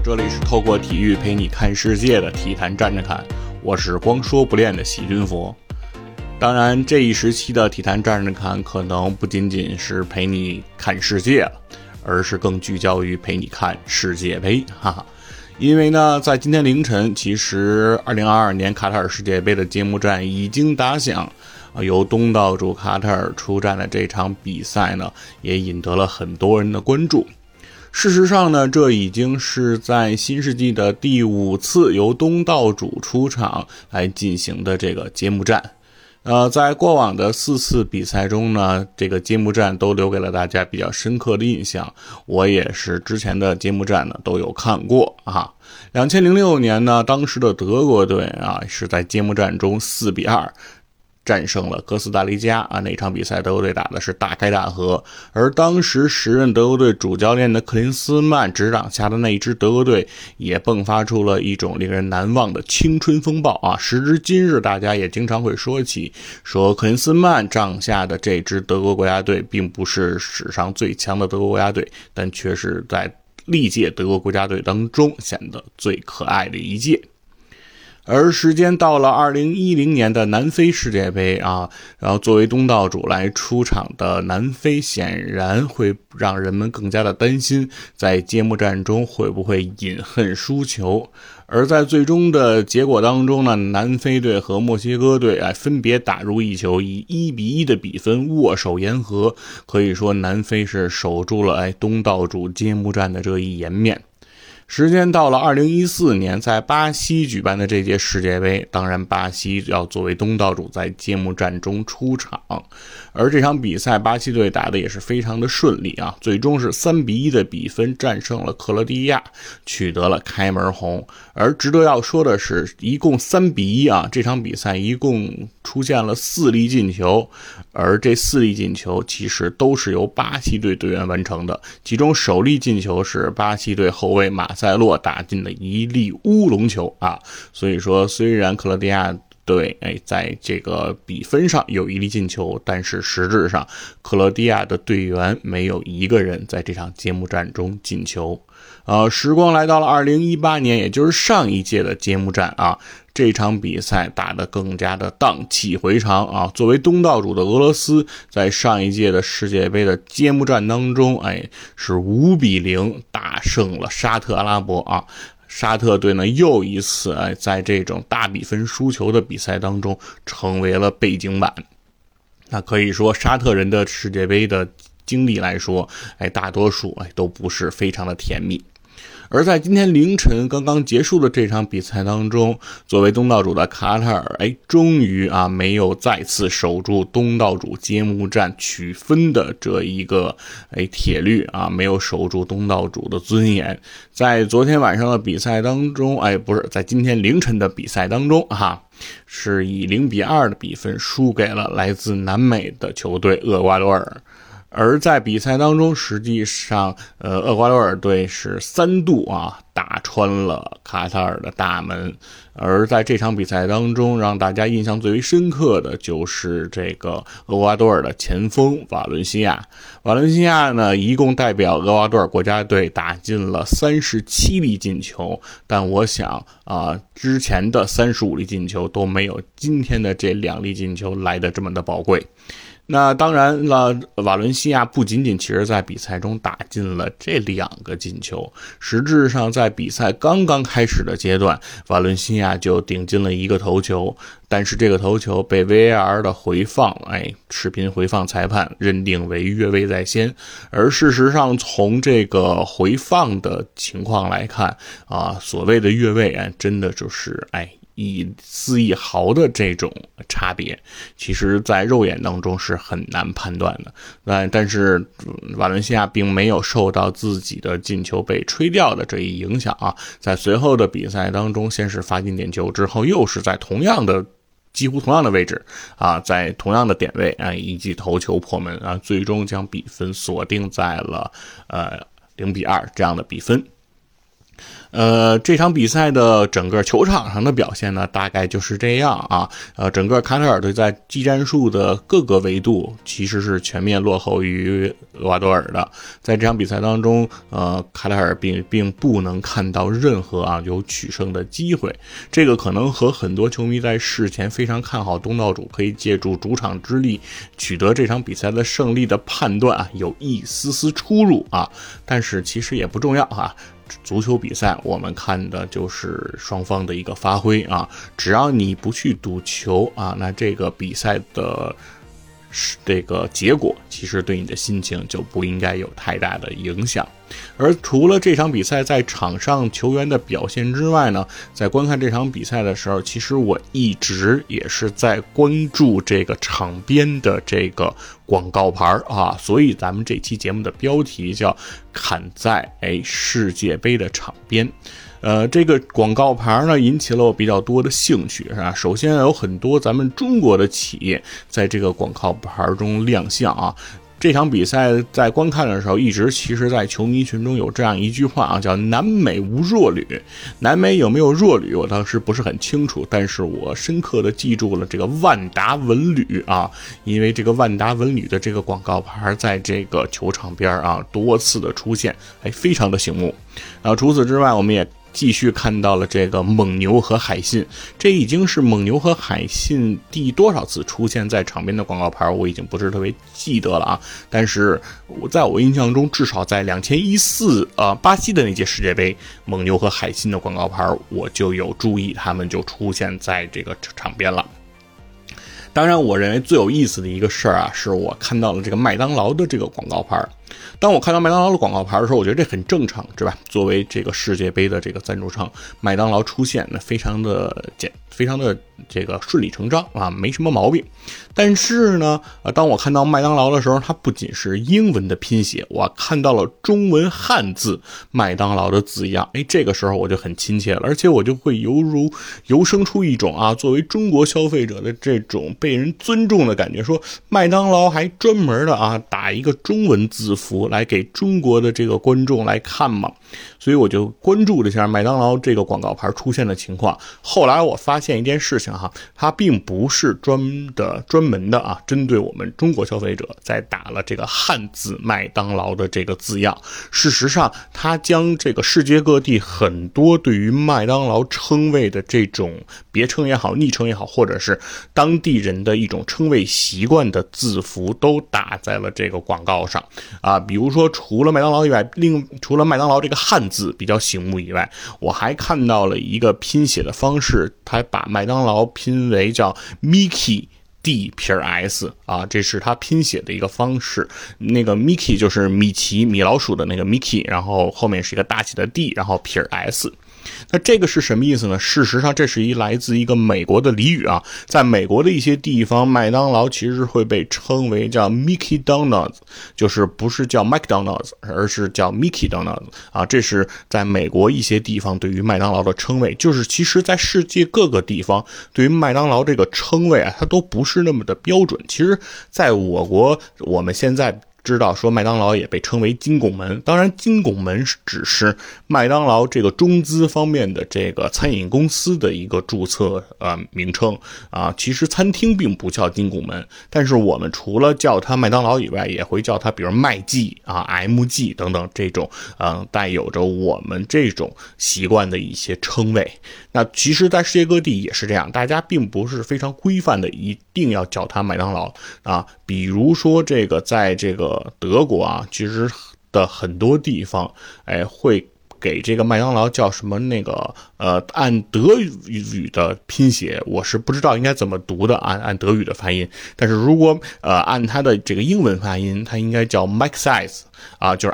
这里是透过体育陪你看世界的体坛站着看，我是光说不练的喜军佛。当然这一时期的体坛站着看可能不仅仅是陪你看世界了，而是更聚焦于陪你看世界杯，哈哈。因为呢在今天凌晨，其实2022年卡塔尔世界杯的揭幕战已经打响，由东道主卡塔尔出战的这场比赛呢也引得了很多人的关注。事实上呢，这已经是在新世纪的第5次由东道主出场来进行的这个揭幕战。在过往的4次比赛中呢，这个揭幕战都留给了大家比较深刻的印象。我也是之前的揭幕战呢都有看过啊。2006年呢，当时的德国队啊是在揭幕战中4-2战胜了哥斯达黎加啊，那场比赛德国队打的是大开大合，而当时时任德国队主教练的克林斯曼执掌下的那一支德国队也迸发出了一种令人难忘的青春风暴啊！时至今日，大家也经常会说起，说克林斯曼掌下的这支德国国家队并不是史上最强的德国国家队，但却是在历届德国国家队当中显得最可爱的一届。而时间到了2010年的南非世界杯啊，然后作为东道主来出场的南非显然会让人们更加的担心，在揭幕战中会不会饮恨输球。而在最终的结果当中呢，南非队和墨西哥队分别打入一球，以1-1的比分握手言和，可以说南非是守住了东道主揭幕战的这一颜面。时间到了2014年，在巴西举办的这届世界杯，当然巴西要作为东道主在揭幕战中出场，而这场比赛巴西队打的也是非常的顺利啊，最终是3-1的比分战胜了克罗地亚，取得了开门红。而值得要说的是，一共3-1啊，这场比赛一共出现了4粒进球，而这4粒进球其实都是由巴西队队员完成的，其中首粒进球是巴西队后卫马塞洛打进了一粒乌龙球啊，所以说虽然克罗地亚队在这个比分上有1粒进球，但是实质上克罗地亚的队员没有一个人在这场揭幕战中进球。时光来到了2018年，也就是上一届的揭幕战啊，这场比赛打得更加的荡气回肠啊！作为东道主的俄罗斯，在上一届的世界杯的揭幕战当中，是5-0打胜了沙特阿拉伯啊！沙特队呢又一次在这种大比分输球的比赛当中成为了背景板。那可以说沙特人的世界杯的经历来说，大多数都不是非常的甜蜜。而在今天凌晨刚刚结束的这场比赛当中，作为东道主的卡塔尔终于没有再次守住东道主揭幕战取分的这一个铁律啊，没有守住东道主的尊严。在昨天晚上的比赛当中，不是在今天凌晨的比赛当中是以0-2的比分输给了来自南美的球队厄瓜多尔。而在比赛当中，实际上厄瓜多尔队是3度打穿了卡塔尔的大门。而在这场比赛当中，让大家印象最为深刻的就是这个厄瓜多尔的前锋瓦伦西亚。瓦伦西亚呢，一共代表厄瓜多尔国家队打进了37粒进球，但我想之前的35粒进球都没有今天的这2粒进球来得这么的宝贵。那当然了，瓦伦西亚不仅仅其实在比赛中打进了这2个进球，实质上在比赛刚刚开始的阶段，瓦伦西亚就顶进了一个头球，但是这个头球被 VAR 的回放视频回放裁判认定为越位在先。而事实上从这个回放的情况来看所谓的越位真的就是1丝1毫的这种差别，其实在肉眼当中是很难判断的。但是瓦伦西亚并没有受到自己的进球被吹掉的这一影响在随后的比赛当中，先是罚进点球之后，又是在几乎同样的位置在同样的点位以及头球破门最终将比分锁定在了0-2这样的比分。 这场比赛的整个球场上的表现呢，大概就是这样啊。整个凯塔尔队在技战术的各个维度其实是全面落后于厄瓜多尔的。在这场比赛当中，凯塔尔并不能看到任何有取胜的机会。这个可能和很多球迷在事前非常看好东道主可以借助主场之力取得这场比赛的胜利的判断有一丝丝出入啊。但是其实也不重要啊。足球比赛我们看的就是双方的一个发挥啊，只要你不去赌球啊，那这个比赛的这个结果其实对你的心情就不应该有太大的影响。而除了这场比赛在场上球员的表现之外呢，在观看这场比赛的时候，其实我一直也是在关注这个场边的这个广告牌啊，所以咱们这期节目的标题叫砍在世界杯的场边。这个广告牌呢引起了我比较多的兴趣，是吧？首先有很多咱们中国的企业在这个广告牌中亮相啊。这场比赛在观看的时候，一直其实在球迷群中有这样一句话啊，叫南美无弱旅。南美有没有弱旅我当时不是很清楚，但是我深刻的记住了这个万达文旅啊，因为这个万达文旅的这个广告牌在这个球场边啊多次的出现，非常的醒目。除此之外，我们也继续看到了这个蒙牛和海信，这已经是蒙牛和海信第多少次出现在场边的广告牌，我已经不是特别记得了啊。但是在我印象中，至少在2014巴西的那届世界杯，蒙牛和海信的广告牌我就有注意，他们就出现在这个场边了。当然我认为最有意思的一个事儿啊，是我看到了这个麦当劳的这个广告牌。当我看到麦当劳的广告牌的时候，我觉得这很正常，是吧？作为这个世界杯的这个赞助商，麦当劳出现非常的这个顺理成章啊，没什么毛病。但是呢，当我看到麦当劳的时候，它不仅是英文的拼写，我看到了中文汉字麦当劳的字样，这个时候我就很亲切了，而且我就会由生出一种作为中国消费者的这种被人尊重的感觉，说麦当劳还专门的打一个中文字符来给中国的这个观众来看嘛。所以我就关注了一下麦当劳这个广告牌出现的情况。后来我发现一件事情它并不是专门的针对我们中国消费者在打了这个汉字麦当劳的这个字样。事实上，它将这个世界各地很多对于麦当劳称谓的这种别称也好、昵称也好，或者是当地人的一种称谓习惯的字符都打在了这个广告上啊。比如说，除了麦当劳以外，除了麦当劳这个汉字比较醒目以外，我还看到了一个拼写的方式，它把麦当劳拼为叫 Mickey D.S 啊，这是它拼写的一个方式。那个 Mickey 就是米奇米老鼠的那个 Mickey， 然后后面是一个大写的 D， 然后撇 S。那这个是什么意思呢？事实上，这是来自一个美国的俚语啊。在美国的一些地方，麦当劳其实会被称为叫 Mickey Donuts， 就是不是叫 McDonald's， 而是叫 Mickey Donuts 啊。这是在美国一些地方对于麦当劳的称谓。就是其实在世界各个地方对于麦当劳这个称谓它都不是那么的标准。其实在我国，我们现在知道说麦当劳也被称为金拱门，当然金拱门只是麦当劳这个中资方面的这个餐饮公司的一个注册名称啊，其实餐厅并不叫金拱门，但是我们除了叫它麦当劳以外，也会叫它比如麦记MG 等等这种带有着我们这种习惯的一些称谓。那其实在世界各地也是这样，大家并不是非常规范的一定要叫它麦当劳啊。比如说这个在这个德国其实的很多地方会给这个麦当劳叫什么那个按德语的拼写，我是不知道应该怎么读的，按德语的发音。但是如果按它的这个英文发音，它应该叫 Macca's 啊，就是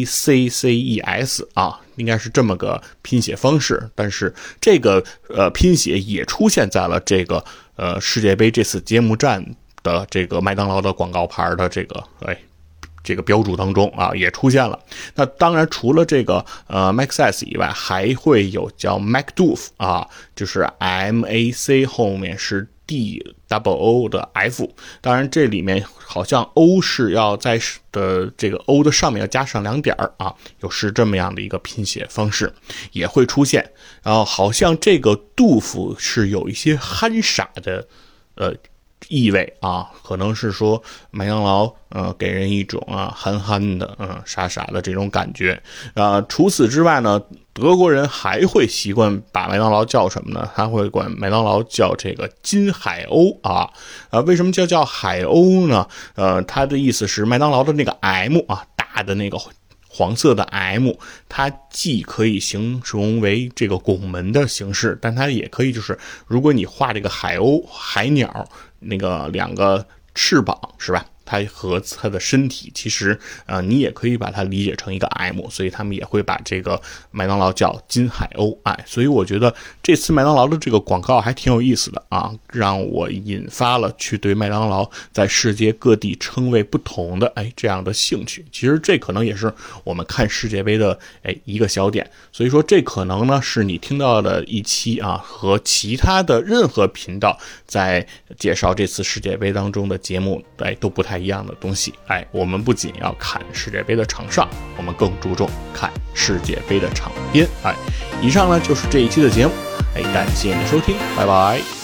MACCES 啊，应该是这么个拼写方式。但是这个拼写也出现在了这个世界杯这次揭幕战的这个麦当劳的广告牌的这个标注当中也出现了。那当然除了这个Macca's 以外，还会有叫 McDoof 就是 MAC 后面是 DOO 的 F， 当然这里面好像 O 是要在的这个 O 的上面要加上2点啊，是这么样的一个拼写方式也会出现。然后好像这个杜甫是有一些憨傻的意味啊，可能是说麦当劳给人一种憨憨的傻傻的这种感觉。除此之外呢，德国人还会习惯把麦当劳叫什么呢？他会管麦当劳叫这个金海鸥啊。为什么叫海鸥呢？它的意思是麦当劳的那个 M 啊，大的那个黄色的 M， 它既可以形容为这个拱门的形式，但它也可以就是如果你画这个海鸥海鸟那个2个翅膀是吧，它和它的身体其实你也可以把它理解成一个 M， 所以他们也会把这个麦当劳叫金海鸥。所以我觉得这次麦当劳的这个广告还挺有意思的啊，让我引发了去对麦当劳在世界各地称谓不同的这样的兴趣。其实这可能也是我们看世界杯的一个小点，所以说这可能呢是你听到的一期和其他的任何频道在介绍这次世界杯当中的节目都不太一样的东西。我们不仅要看世界杯的场上，我们更注重看世界杯的场边。以上呢就是这一期的节目，感谢你的收听，拜拜。